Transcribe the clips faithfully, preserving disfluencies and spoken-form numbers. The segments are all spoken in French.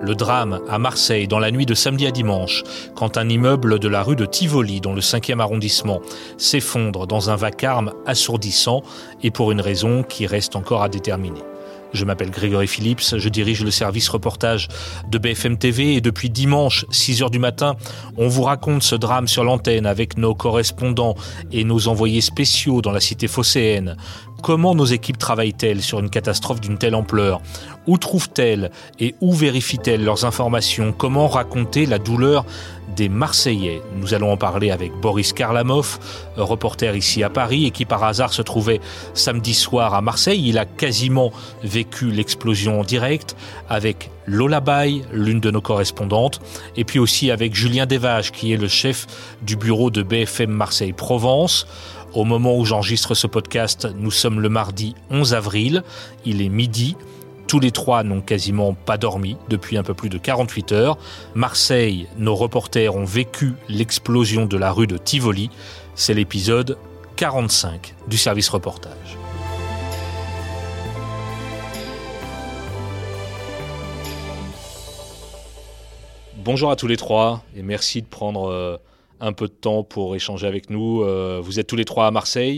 Le drame à Marseille dans la nuit de samedi à dimanche, quand un immeuble de la rue de Tivoli, dans le cinquième arrondissement, s'effondre dans un vacarme assourdissant et pour une raison qui reste encore à déterminer. Je m'appelle Grégory Phillips, je dirige le service reportage de B F M T V et depuis dimanche, six heures du matin, on vous raconte ce drame sur l'antenne avec nos correspondants et nos envoyés spéciaux dans la cité phocéenne. Comment nos équipes travaillent-elles sur une catastrophe d'une telle ampleur ? Où trouvent-elles et où vérifient-elles leurs informations ? Comment raconter la douleur des Marseillais ? Nous allons en parler avec Boris Karlamov, reporter ici à Paris et qui par hasard se trouvait samedi soir à Marseille. Il a quasiment vécu l'explosion en direct avec Lola Bay, l'une de nos correspondantes, et puis aussi avec Julien Desvages qui est le chef du bureau de B F M Marseille-Provence. Au moment où j'enregistre ce podcast, nous sommes le mardi onze avril, il est midi. Tous les trois n'ont quasiment pas dormi depuis un peu plus de quarante-huit heures. Marseille, nos reporters ont vécu l'explosion de la rue de Tivoli. C'est l'épisode quarante-cinq du service reportage. Bonjour à tous les trois et merci de prendre euh, un peu de temps pour échanger avec nous. Euh, vous êtes tous les trois à Marseille.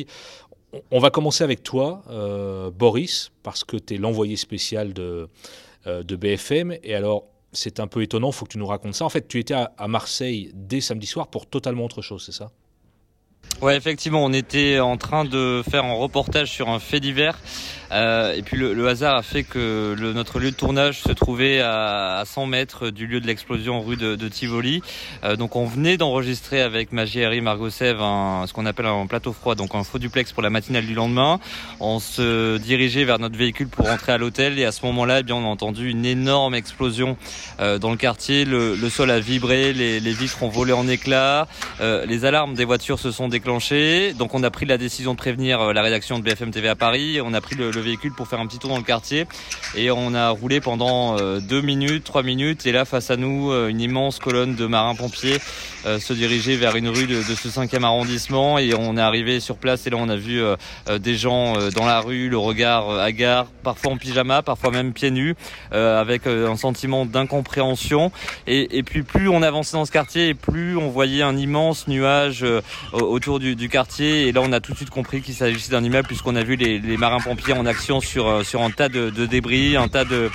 On va commencer avec toi, euh, Boris, parce que tu es l'envoyé spécial de, euh, de B F M. Et alors, c'est un peu étonnant, il faut que tu nous racontes ça. En fait, tu étais à, à Marseille dès samedi soir pour totalement autre chose, c'est ça ? Ouais, effectivement, on était en train de faire un reportage sur un fait divers. Euh, et puis le, le hasard a fait que le, notre lieu de tournage se trouvait à, à cent mètres du lieu de l'explosion rue de, de Tivoli. Euh, donc on venait d'enregistrer avec ma G R I Margot Sève un, ce qu'on appelle un plateau froid, donc un faux duplex pour la matinale du lendemain. On se dirigeait vers notre véhicule pour rentrer à l'hôtel et à ce moment-là, eh bien, on a entendu une énorme explosion euh, dans le quartier. Le, le sol a vibré, les, les vitres ont volé en éclats, euh, les alarmes des voitures se sont déclenchées. Donc on a pris la décision de prévenir la rédaction de B F M T V à Paris. On a pris le le véhicule pour faire un petit tour dans le quartier et on a roulé pendant euh, deux minutes, trois minutes et là face à nous euh, une immense colonne de marins-pompiers euh, se dirigeait vers une rue de, de ce cinquième arrondissement et on est arrivé sur place et là on a vu euh, euh, des gens euh, dans la rue, le regard euh, hagard, parfois en pyjama, parfois même pieds nus, euh, avec euh, un sentiment d'incompréhension et, et puis plus on avançait dans ce quartier et plus on voyait un immense nuage euh, autour du, du quartier et là on a tout de suite compris qu'il s'agissait d'un immeuble puisqu'on a vu les, les marins-pompiers en action sur sur un tas de, de débris, un tas de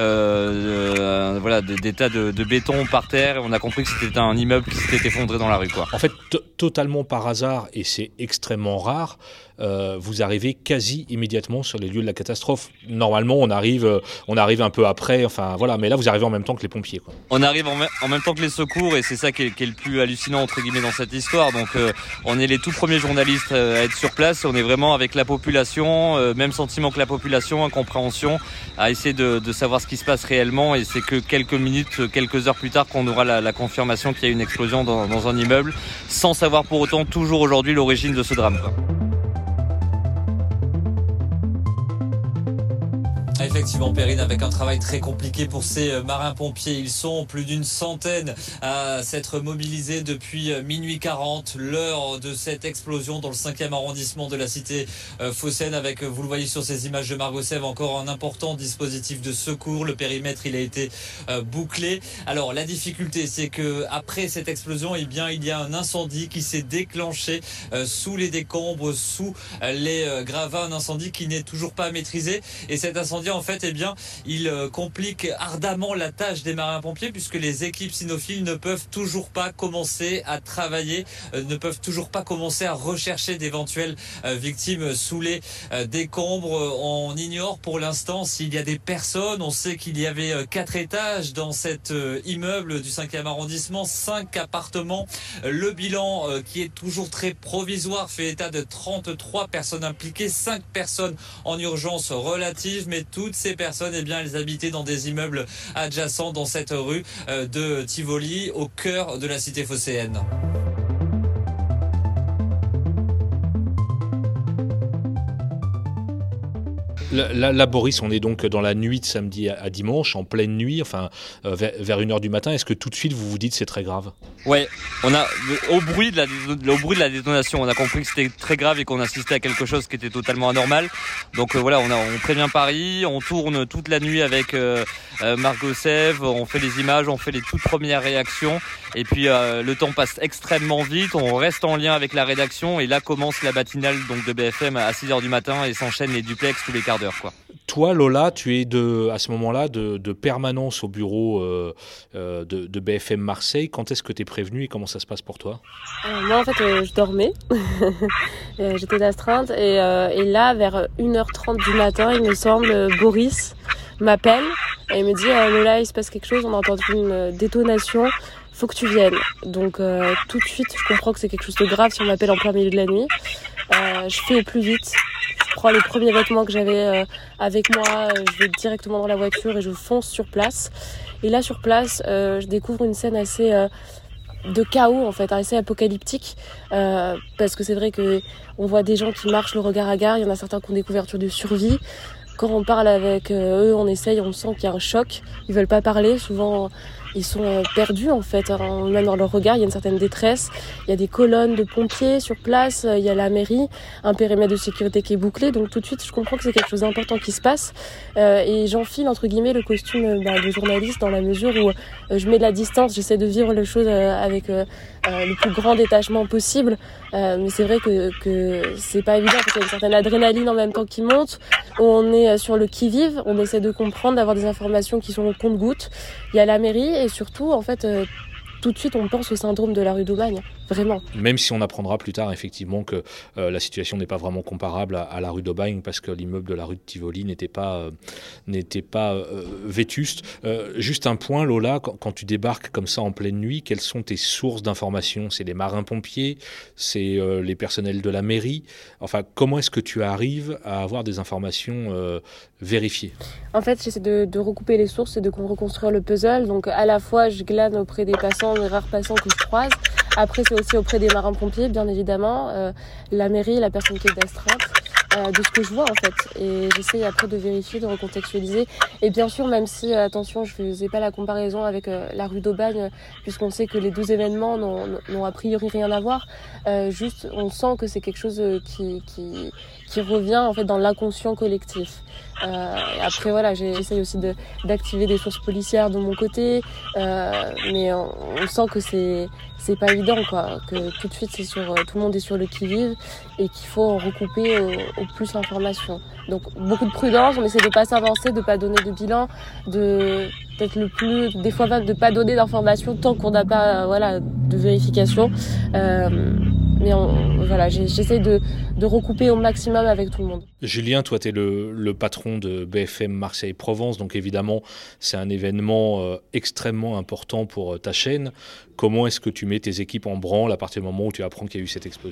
euh, de, voilà de, des tas de, de béton par terre. Et on a compris que c'était un immeuble qui s'était effondré dans la rue, quoi. En fait, t- totalement par hasard, et c'est extrêmement rare. Euh, vous arrivez quasi immédiatement sur les lieux de la catastrophe. Normalement, on arrive, euh, on arrive un peu après. Enfin, voilà. Mais là, vous arrivez en même temps que les pompiers, quoi. On arrive en, me- en même temps que les secours, et c'est ça qui est, qui est le plus hallucinant entre guillemets dans cette histoire. Donc, euh, on est les tout premiers journalistes euh, à être sur place. On est vraiment avec la population, euh, même sentiment que la population, incompréhension, à essayer de, de savoir ce qui se passe réellement. Et c'est que quelques minutes, quelques heures plus tard, qu'on aura la, la confirmation qu'il y a une explosion dans, dans un immeuble, sans savoir pour autant toujours aujourd'hui l'origine de ce drame, quoi. Effectivement, Perrine, avec un travail très compliqué pour ces marins-pompiers. Ils sont plus d'une centaine à s'être mobilisés depuis minuit quarante, l'heure de cette explosion dans le cinquième arrondissement de la cité phocéenne, avec, vous le voyez sur ces images de Margot Sève, encore un important dispositif de secours. Le périmètre, il a été bouclé. Alors, la difficulté, c'est que après cette explosion, eh bien, il y a un incendie qui s'est déclenché sous les décombres, sous les gravats, un incendie qui n'est toujours pas maîtrisé. Et cet incendie, en fait, eh bien, il euh, complique ardemment la tâche des marins-pompiers puisque les équipes cynophiles ne peuvent toujours pas commencer à travailler, euh, ne peuvent toujours pas commencer à rechercher d'éventuelles euh, victimes sous les euh, décombres. On ignore pour l'instant s'il y a des personnes. On sait qu'il y avait euh, quatre étages dans cet euh, immeuble du cinquième arrondissement, cinq appartements. Euh, le bilan euh, qui est toujours très provisoire fait état de trente-trois personnes impliquées, cinq personnes en urgence relative, mais toutes ces personnes, eh bien, elles habitaient dans des immeubles adjacents dans cette rue de Tivoli, au cœur de la cité phocéenne. Là, là, là, Boris, on est donc dans la nuit de samedi à, à dimanche, en pleine nuit, enfin euh, vers, vers une heure du matin. Est-ce que tout de suite vous vous dites c'est très grave ? Ouais, on a au bruit de la au bruit de la détonation, on a compris que c'était très grave et qu'on assistait à quelque chose qui était totalement anormal. Donc euh, voilà, on a on prévient Paris, on tourne toute la nuit avec euh, euh, Margot Sèvres, on fait les images, on fait les toutes premières réactions. Et puis euh, le temps passe extrêmement vite, on reste en lien avec la rédaction et là commence la matinale donc, de B F M à six heures du matin et s'enchaînent les duplex tous les quarts d'heure, quoi. Toi, Lola, tu es de, à ce moment-là de, de permanence au bureau euh, euh, de, de B F M Marseille. Quand est-ce que tu es prévenu et comment ça se passe pour toi ? euh, Moi, en fait, euh, je dormais. J'étais d'astreinte. Et, euh, et là, vers une heure trente du matin, il me semble, Boris m'appelle et il me dit euh, « Lola, il se passe quelque chose, on a entendu une détonation, faut que tu viennes. » Donc, euh, tout de suite, je comprends que c'est quelque chose de grave si on m'appelle en plein milieu de la nuit. Euh, je fais au plus vite. Je prends les premiers vêtements que j'avais euh, avec moi, euh, je vais directement dans la voiture et je fonce sur place. Et là, sur place, euh, je découvre une scène assez euh, de chaos, en fait, assez apocalyptique. Euh, parce que c'est vrai qu'on voit des gens qui marchent le regard à gare, il y en a certains qui ont des couvertures de survie. Quand on parle avec eux, on essaye, on sent qu'il y a un choc. Ils veulent pas parler, souvent ils sont perdus en fait, même dans leur regard, il y a une certaine détresse. Il y a des colonnes de pompiers sur place, il y a la mairie, un périmètre de sécurité qui est bouclé, donc tout de suite je comprends que c'est quelque chose d'important qui se passe. Euh, et j'enfile entre guillemets le costume bah, de journaliste dans la mesure où euh, je mets de la distance, j'essaie de vivre les choses euh, avec euh, euh, le plus grand détachement possible. Euh, mais c'est vrai que, que c'est pas évident parce qu'il y a une certaine adrénaline en même temps qui monte. On est sur le qui-vive, on essaie de comprendre, d'avoir des informations qui sont au compte-gouttes. Il y a la mairie et surtout, en fait, euh, tout de suite, on pense au syndrome de la rue d'Aubagne, vraiment. Même si on apprendra plus tard, effectivement, que euh, la situation n'est pas vraiment comparable à, à la rue d'Aubagne, parce que l'immeuble de la rue de Tivoli n'était pas, euh, n'était pas euh, vétuste. Euh, juste un point, Lola, quand, quand tu débarques comme ça en pleine nuit, quelles sont tes sources d'informations ? C'est les marins-pompiers ? C'est euh, les personnels de la mairie ? Enfin, comment est-ce que tu arrives à avoir des informations euh, vérifiées ? En fait, j'essaie de, de recouper les sources et de reconstruire le puzzle. Donc, à la fois, je glane auprès des passants, des rares passants que je croise. Après, c'est aussi auprès des marins-pompiers, bien évidemment, euh, la mairie, la personne qui est d'astreinte, euh, de ce que je vois, en fait. Et j'essaye après de vérifier, de recontextualiser. Et bien sûr, même si, euh, attention, je faisais pas la comparaison avec euh, la rue d'Aubagne, puisqu'on sait que les deux événements n'ont, n'ont a priori rien à voir. Euh, juste, on sent que c'est quelque chose qui, qui, qui revient, en fait, dans l'inconscient collectif. Euh, après voilà, j'essaye aussi de, d'activer des sources policières de mon côté, euh, mais on, on sent que c'est c'est pas évident quoi, que tout de suite c'est sur tout le monde est sur le qui-vive et qu'il faut recouper au, au plus l'information. Donc beaucoup de prudence, on essaie de pas s'avancer, de pas donner de bilan, de peut-être le plus des fois même de pas donner d'informations tant qu'on n'a pas voilà de vérification. Euh, Mais on, voilà, j'essaie de, de recouper au maximum avec tout le monde. Julien, toi, tu es le, le patron de B F M Marseille-Provence, donc évidemment, c'est un événement euh, extrêmement important pour euh, ta chaîne. Comment est-ce que tu mets tes équipes en branle à partir du moment où tu apprends qu'il y a eu cette explosion ?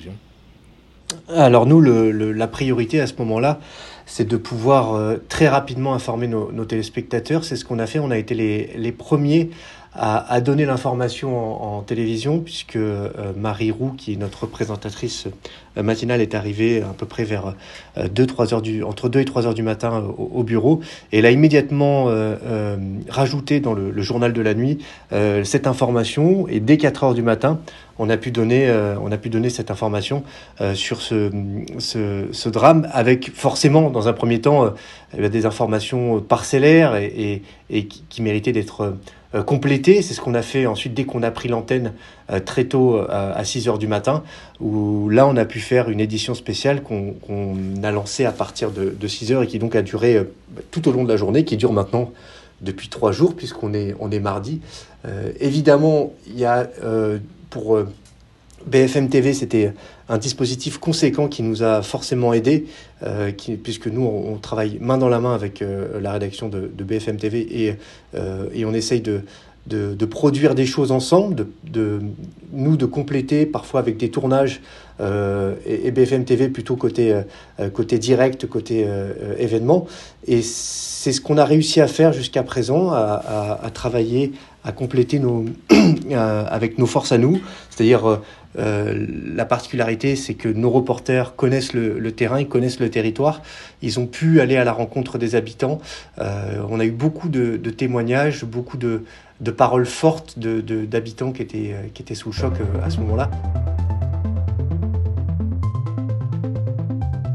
Alors nous, le, le, la priorité à ce moment-là, c'est de pouvoir euh, très rapidement informer nos, nos téléspectateurs. C'est ce qu'on a fait, on a été les, les premiers à, à donner l'information en, en télévision, puisque euh, Marie Roux, qui est notre présentatrice euh, matinale, est arrivée à peu près vers euh, deux, trois heures du, entre deux et trois heures du matin euh, au, au bureau. Et elle a immédiatement euh, euh, rajouté dans le, le journal de la nuit euh, cette information. Et dès quatre heures du matin, on a pu donner, euh, on a pu donner cette information euh, sur ce, ce, ce drame, avec forcément, dans un premier temps, euh, des informations parcellaires et, et, et qui, qui méritaient d'être euh, complétées. C'est ce qu'on a fait ensuite dès qu'on a pris l'antenne euh, très tôt euh, à six heures du matin, où là on a pu faire une édition spéciale qu'on, qu'on a lancée à partir de, de six heures et qui donc a duré euh, tout au long de la journée, qui dure maintenant depuis trois jours puisqu'on est, on est mardi. Euh, évidemment, il y a euh, pour euh, B F M T V, c'était un dispositif conséquent qui nous a forcément aidés, euh, qui, puisque nous, on, on travaille main dans la main avec euh, la rédaction de, de B F M T V et, euh, et on essaye de, de, de produire des choses ensemble, de, de, nous de compléter parfois avec des tournages euh, et, et B F M T V plutôt côté, euh, côté direct, côté euh, événement. Et c'est ce qu'on a réussi à faire jusqu'à présent, à, à, à travailler, à compléter nos, avec nos forces à nous, c'est-à-dire euh, la particularité, c'est que nos reporters connaissent le, le terrain, ils connaissent le territoire, ils ont pu aller à la rencontre des habitants. Euh, on a eu beaucoup de, de témoignages, beaucoup de, de paroles fortes de, de, d'habitants qui étaient, qui étaient sous le choc à ce moment-là.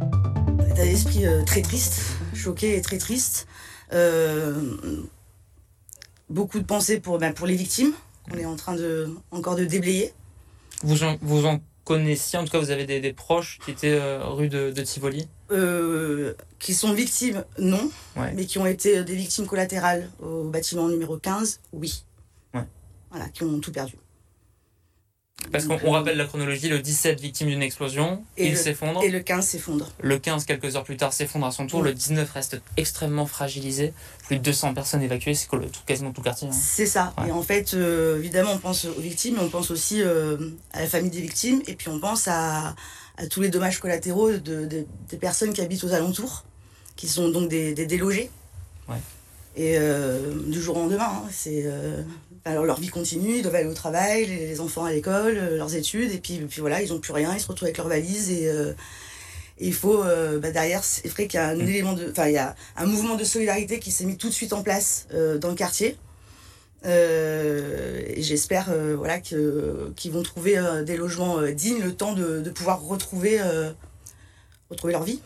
État d'esprit euh, très triste, choqué et très triste. Euh, beaucoup de pensées pour, ben, pour les victimes, qu'on est en train de, encore de déblayer. Vous en, vous en connaissiez, en tout cas vous avez des, des proches qui étaient euh, rue de, de Tivoli euh, Qui sont victimes, non, ouais. mais qui ont été des victimes collatérales au bâtiment numéro quinze, oui. Ouais. Voilà, qui ont tout perdu. Parce qu'on on rappelle la chronologie, le dix-sept, victime d'une explosion, et il le, s'effondre. Et le quinze s'effondre. Le quinze, quelques heures plus tard, s'effondre à son tour. Oui. Le dix-neuf reste extrêmement fragilisé. Plus de deux cents personnes évacuées, c'est quasiment tout le quartier. Hein. C'est ça. Ouais. Et en fait, euh, évidemment, on pense aux victimes, mais on pense aussi euh, à la famille des victimes, et puis on pense à, à tous les dommages collatéraux de, de, des personnes qui habitent aux alentours, qui sont donc des, des délogés. Ouais. Et euh, du jour au lendemain, hein, c'est, euh, alors leur vie continue, ils doivent aller au travail, les, les enfants à l'école, euh, leurs études, et puis, et puis voilà, ils n'ont plus rien, ils se retrouvent avec leurs valises, et, euh, et il faut, euh, bah derrière, c'est vrai qu'il y a un mmh. élément de, enfin, il y a un mouvement de solidarité qui s'est mis tout de suite en place euh, dans le quartier, euh, et j'espère euh, voilà, que, qu'ils vont trouver euh, des logements euh, dignes, le temps de, de pouvoir retrouver, euh, retrouver leur vie.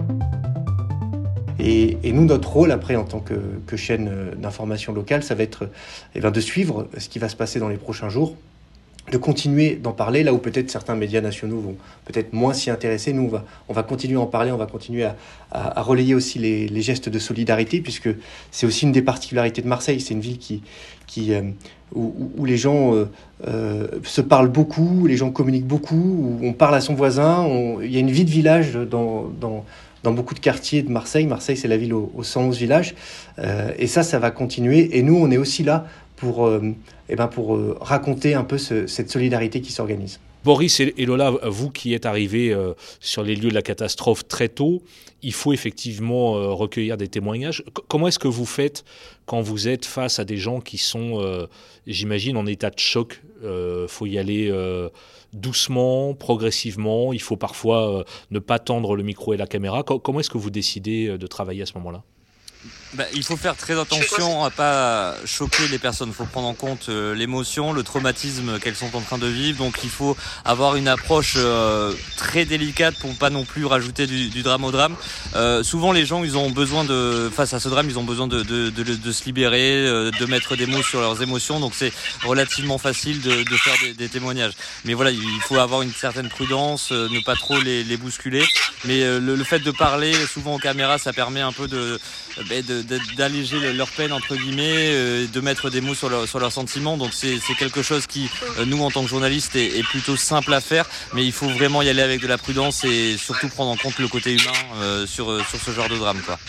Et, et nous, notre rôle, après, en tant que, que chaîne d'information locale, ça va être eh bien, de suivre ce qui va se passer dans les prochains jours, de continuer d'en parler, là où peut-être certains médias nationaux vont peut-être moins s'y intéresser. Nous, on va, on va continuer à en parler, on va continuer à, à, à relayer aussi les, les gestes de solidarité, puisque c'est aussi une des particularités de Marseille. C'est une ville qui, qui, euh, où, où les gens euh, euh, se parlent beaucoup, les gens communiquent beaucoup, où on parle à son voisin. On, il y a une vie de village dans... dans dans beaucoup de quartiers de Marseille. Marseille, c'est la ville aux, aux cent onze villages. Euh, et ça, ça va continuer. Et nous, on est aussi là pour, euh, eh ben pour euh, raconter un peu ce, cette solidarité qui s'organise. Boris et Lola, vous qui êtes arrivés euh, sur les lieux de la catastrophe très tôt, il faut effectivement euh, recueillir des témoignages. C- comment est-ce que vous faites quand vous êtes face à des gens qui sont, euh, j'imagine, en état de choc ? Il euh, faut y aller euh, doucement, progressivement. Il faut parfois euh, ne pas tendre le micro et la caméra. C- comment est-ce que vous décidez de travailler à ce moment-là ? Bah, il faut faire très attention à pas choquer les personnes. Il faut prendre en compte euh, l'émotion, le traumatisme qu'elles sont en train de vivre. Donc il faut avoir une approche euh, très délicate pour pas non plus rajouter du, du drame au drame. Euh, souvent les gens, ils ont besoin de, face à ce drame, ils ont besoin de, de, de, de se libérer, euh, de mettre des mots sur leurs émotions. Donc c'est relativement facile de, de faire des, des témoignages. Mais voilà, il faut avoir une certaine prudence, euh, ne pas trop les, les bousculer. Mais euh, le, le fait de parler souvent aux caméras, ça permet un peu de, de d'alléger leur peine entre guillemets, euh, de mettre des mots sur, leur, sur leurs sentiments. Donc c'est, c'est quelque chose qui, euh, nous en tant que journalistes, est, est plutôt simple à faire, mais il faut vraiment y aller avec de la prudence et surtout prendre en compte le côté humain euh, sur, sur ce genre de drame, quoi.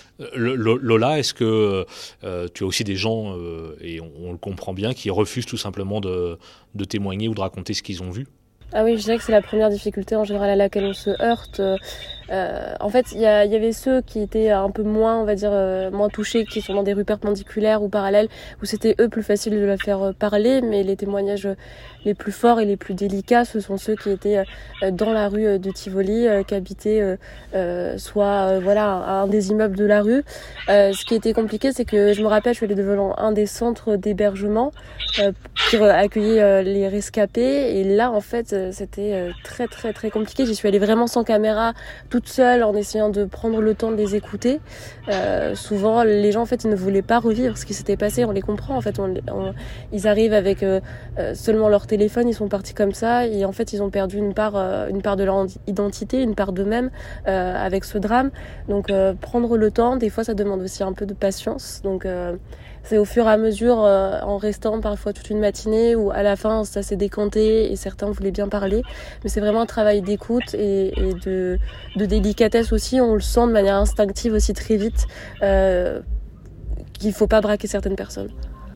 Lola, est-ce que euh, tu as aussi des gens, euh, et on, on le comprend bien, qui refusent tout simplement de, de témoigner ou de raconter ce qu'ils ont vu ? Ah oui, je dirais que c'est la première difficulté en général à laquelle on se heurte. Euh, en fait, il y, y avait ceux qui étaient un peu moins, on va dire, euh, moins touchés, qui sont dans des rues perpendiculaires ou parallèles, où c'était eux plus facile de la faire parler, mais les témoignages les plus forts et les plus délicats, ce sont ceux qui étaient euh, dans la rue de Tivoli, euh, qui habitaient euh, euh, soit euh, voilà un des immeubles de la rue. Euh, ce qui était compliqué, c'est que je me rappelle, je suis allée devant un des centres d'hébergement euh, pour accueillir euh, les rescapés, et là, en fait, c'était euh, très très très compliqué. J'y suis allée vraiment sans caméra, toute seule, en essayant de prendre le temps de les écouter. Euh, souvent, les gens, en fait, ils ne voulaient pas revivre ce qui s'était passé. On les comprend, en fait. On, on, ils arrivent avec euh, seulement leur téléphone, ils sont partis comme ça, et en fait, ils ont perdu une part, euh, une part de leur identité, une part d'eux-mêmes euh, avec ce drame. Donc, euh, prendre le temps, des fois, ça demande aussi un peu de patience. Donc, euh, c'est au fur et à mesure, euh, en restant parfois toute une matinée, où à la fin, ça s'est décanté et certains voulaient bien parler. Mais c'est vraiment un travail d'écoute et, et de, de délicatesse aussi. On le sent de manière instinctive aussi très vite, euh, qu'il ne faut pas braquer certaines personnes.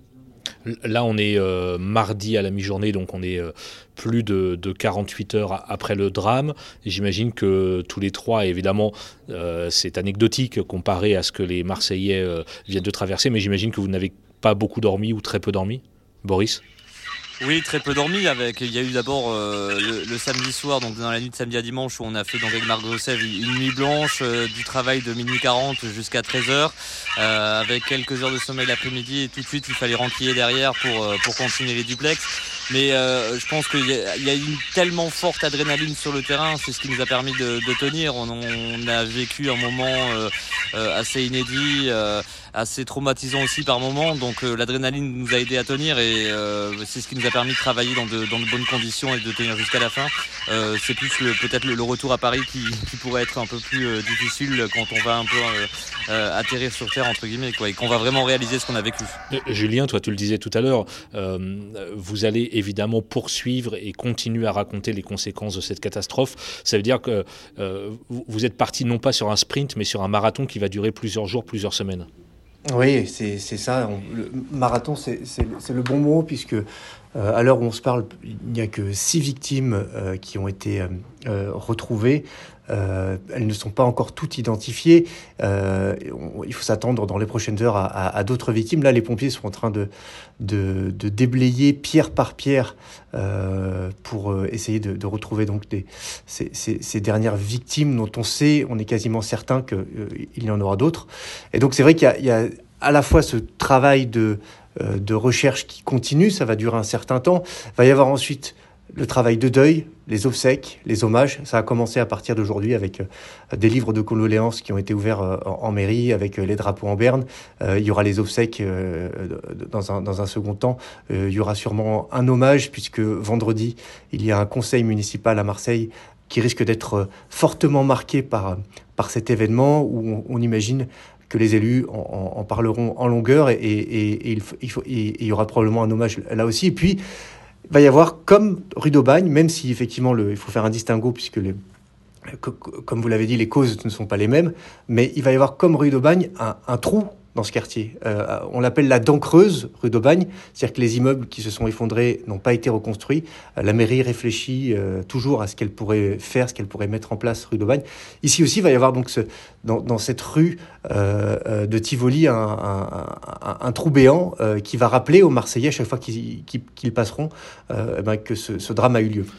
Là, on est euh, mardi à la mi-journée, donc on est euh, plus de, de quarante-huit heures après le drame. Et j'imagine que tous les trois, évidemment, euh, c'est anecdotique comparé à ce que les Marseillais euh, viennent de traverser, mais j'imagine que vous n'avez pas beaucoup dormi ou très peu dormi. Boris ? Oui, très peu dormi. Avec, il y a eu d'abord euh, le, le samedi soir, donc dans la nuit de samedi à dimanche, où on a fait donc avec Marc Grosset une nuit blanche, euh, du travail de minuit quarante jusqu'à treize heures, euh, avec quelques heures de sommeil l'après-midi, et tout de suite il fallait renquiller derrière pour euh, pour continuer les duplex. Mais euh, je pense qu'il y a, il y a une tellement forte adrénaline sur le terrain, c'est ce qui nous a permis de, de tenir. On, on a vécu un moment euh, euh, assez inédit, euh, assez traumatisant aussi par moments. Donc euh, l'adrénaline nous a aidé à tenir et euh, c'est ce qui nous a permis de travailler dans de, dans de bonnes conditions et de tenir jusqu'à la fin. Euh, c'est plus le, peut-être le, le retour à Paris qui, qui pourrait être un peu plus euh, difficile quand on va un peu euh, euh, atterrir sur terre entre guillemets, quoi, et qu'on va vraiment réaliser ce qu'on a vécu. Euh, Julien, toi tu le disais tout à l'heure, euh, vous allez évidemment poursuivre et continuer à raconter les conséquences de cette catastrophe. Ça veut dire que euh, vous êtes parti non pas sur un sprint mais sur un marathon qui va durer plusieurs jours, plusieurs semaines. Oui, c'est, c'est ça. On- le marathon, c'est, c'est, c'est le bon mot, puisque euh, à l'heure où on se parle, il n'y a que six victimes euh, qui ont été euh, euh, retrouvées. Euh, elles ne sont pas encore toutes identifiées. Euh, on- il faut s'attendre dans les prochaines heures à, à- à d'autres victimes. Là, les pompiers sont en train de, de, de déblayer pierre par pierre euh, pour euh, essayer de, de retrouver donc des, ces, ces- ces dernières victimes dont on sait, on est quasiment certain qu'il y en aura d'autres. Et donc c'est vrai qu'il y a, il y a à la fois ce travail de, euh, de recherche qui continue, ça va durer un certain temps. Il va y avoir ensuite le travail de deuil, les obsèques, les hommages. Ça a commencé à partir d'aujourd'hui avec euh, des livres de condoléances qui ont été ouverts euh, en, en mairie, avec euh, les drapeaux en berne. Euh, il y aura les obsèques euh, dans, un, dans un second temps. Euh, il y aura sûrement un hommage, puisque vendredi, il y a un conseil municipal à Marseille qui risque d'être fortement marqué par, par cet événement, où on, on imagine que les élus en, en, en parleront en longueur, et, et, et, il, faut, il, faut, et il y aura probablement un hommage là aussi. Et puis, il va y avoir, comme rue d'Aubagne, même si effectivement le, il faut faire un distinguo, puisque les, comme vous l'avez dit, les causes ne sont pas les mêmes, mais il va y avoir, comme rue d'Aubagne, un, un trou dans ce quartier. Euh, on l'appelle la dent creuse, rue d'Aubagne, c'est-à-dire que les immeubles qui se sont effondrés n'ont pas été reconstruits. Euh, la mairie réfléchit euh, toujours à ce qu'elle pourrait faire, ce qu'elle pourrait mettre en place rue d'Aubagne. Ici aussi, il va y avoir donc ce, dans, dans cette rue euh, de Tivoli un, un, un, un trou béant euh, qui va rappeler aux Marseillais, à chaque fois qu'ils, qu'ils, qu'ils passeront, euh, eh ben, que ce, ce drame a eu lieu.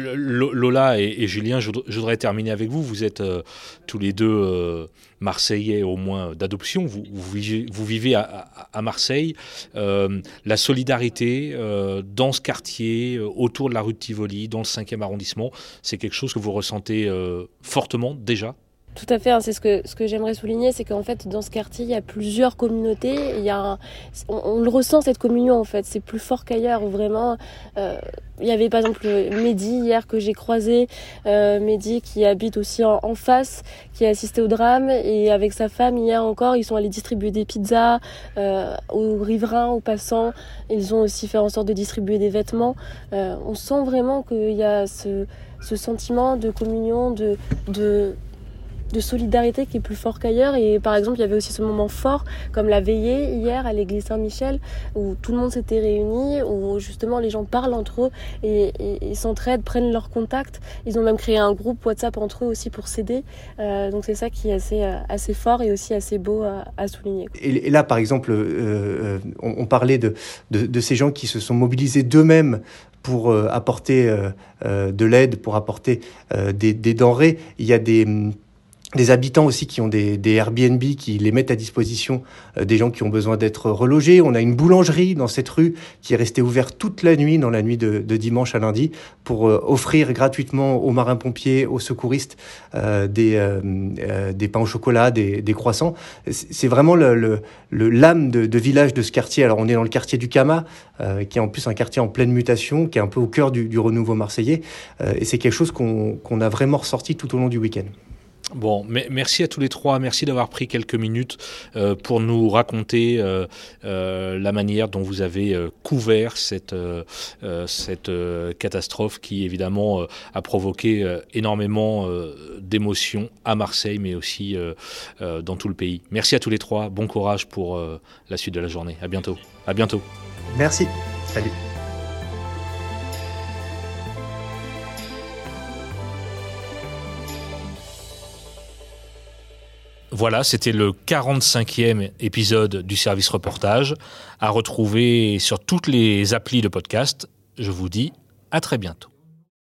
Lola et, et Julien, je voudrais terminer avec vous. Vous êtes euh, tous les deux euh, Marseillais au moins d'adoption. Vous, vous, vivez, vous vivez à, à, à Marseille. Euh, la solidarité euh, dans ce quartier, euh, autour de la rue de Tivoli, dans le cinquième arrondissement, c'est quelque chose que vous ressentez euh, fortement déjà ? Tout à fait, hein, c'est ce que, ce que j'aimerais souligner, c'est qu'en fait dans ce quartier il y a plusieurs communautés, il y a un, on, on le ressent cette communion en fait, c'est plus fort qu'ailleurs où vraiment euh, il y avait par exemple Mehdi hier que j'ai croisé, euh, Mehdi qui habite aussi en, en face, qui a assisté au drame, et avec sa femme hier encore ils sont allés distribuer des pizzas euh, aux riverains, aux passants, ils ont aussi fait en sorte de distribuer des vêtements. Euh, on sent vraiment qu'il y a ce, ce sentiment de communion, de, de de solidarité qui est plus fort qu'ailleurs. Et par exemple il y avait aussi ce moment fort comme la veillée hier à l'église Saint-Michel où tout le monde s'était réuni, où justement les gens parlent entre eux et, et, et s'entraident, prennent leurs contacts. Ils ont même créé un groupe WhatsApp entre eux aussi pour s'aider, euh, donc c'est ça qui est assez, assez fort et aussi assez beau à, à souligner. Et, et là par exemple euh, on, on parlait de, de, de ces gens qui se sont mobilisés d'eux-mêmes pour euh, apporter euh, euh, de l'aide, pour apporter euh, des, des denrées. Il y a des Des habitants aussi qui ont des, des Airbnb, qui les mettent à disposition euh, des gens qui ont besoin d'être relogés. On a une boulangerie dans cette rue qui est restée ouverte toute la nuit, dans la nuit de, de dimanche à lundi, pour euh, offrir gratuitement aux marins-pompiers, aux secouristes, euh, des, euh, euh, des pains au chocolat, des, des croissants. C'est vraiment le, le, le, l'âme de, de village de ce quartier. Alors on est dans le quartier du Camas, euh, qui est en plus un quartier en pleine mutation, qui est un peu au cœur du, du renouveau marseillais. Euh, et c'est quelque chose qu'on, qu'on a vraiment ressorti tout au long du week-end. Bon, mais merci à tous les trois, merci d'avoir pris quelques minutes euh, pour nous raconter euh, euh, la manière dont vous avez euh, couvert cette, euh, cette euh, catastrophe qui évidemment euh, a provoqué euh, énormément euh, d'émotions à Marseille mais aussi euh, euh, dans tout le pays. Merci à tous les trois, bon courage pour euh, la suite de la journée. À bientôt. À bientôt. Merci. Salut. Voilà, c'était le quarante-cinquième épisode du service reportage, à retrouver sur toutes les applis de podcast. Je vous dis à très bientôt.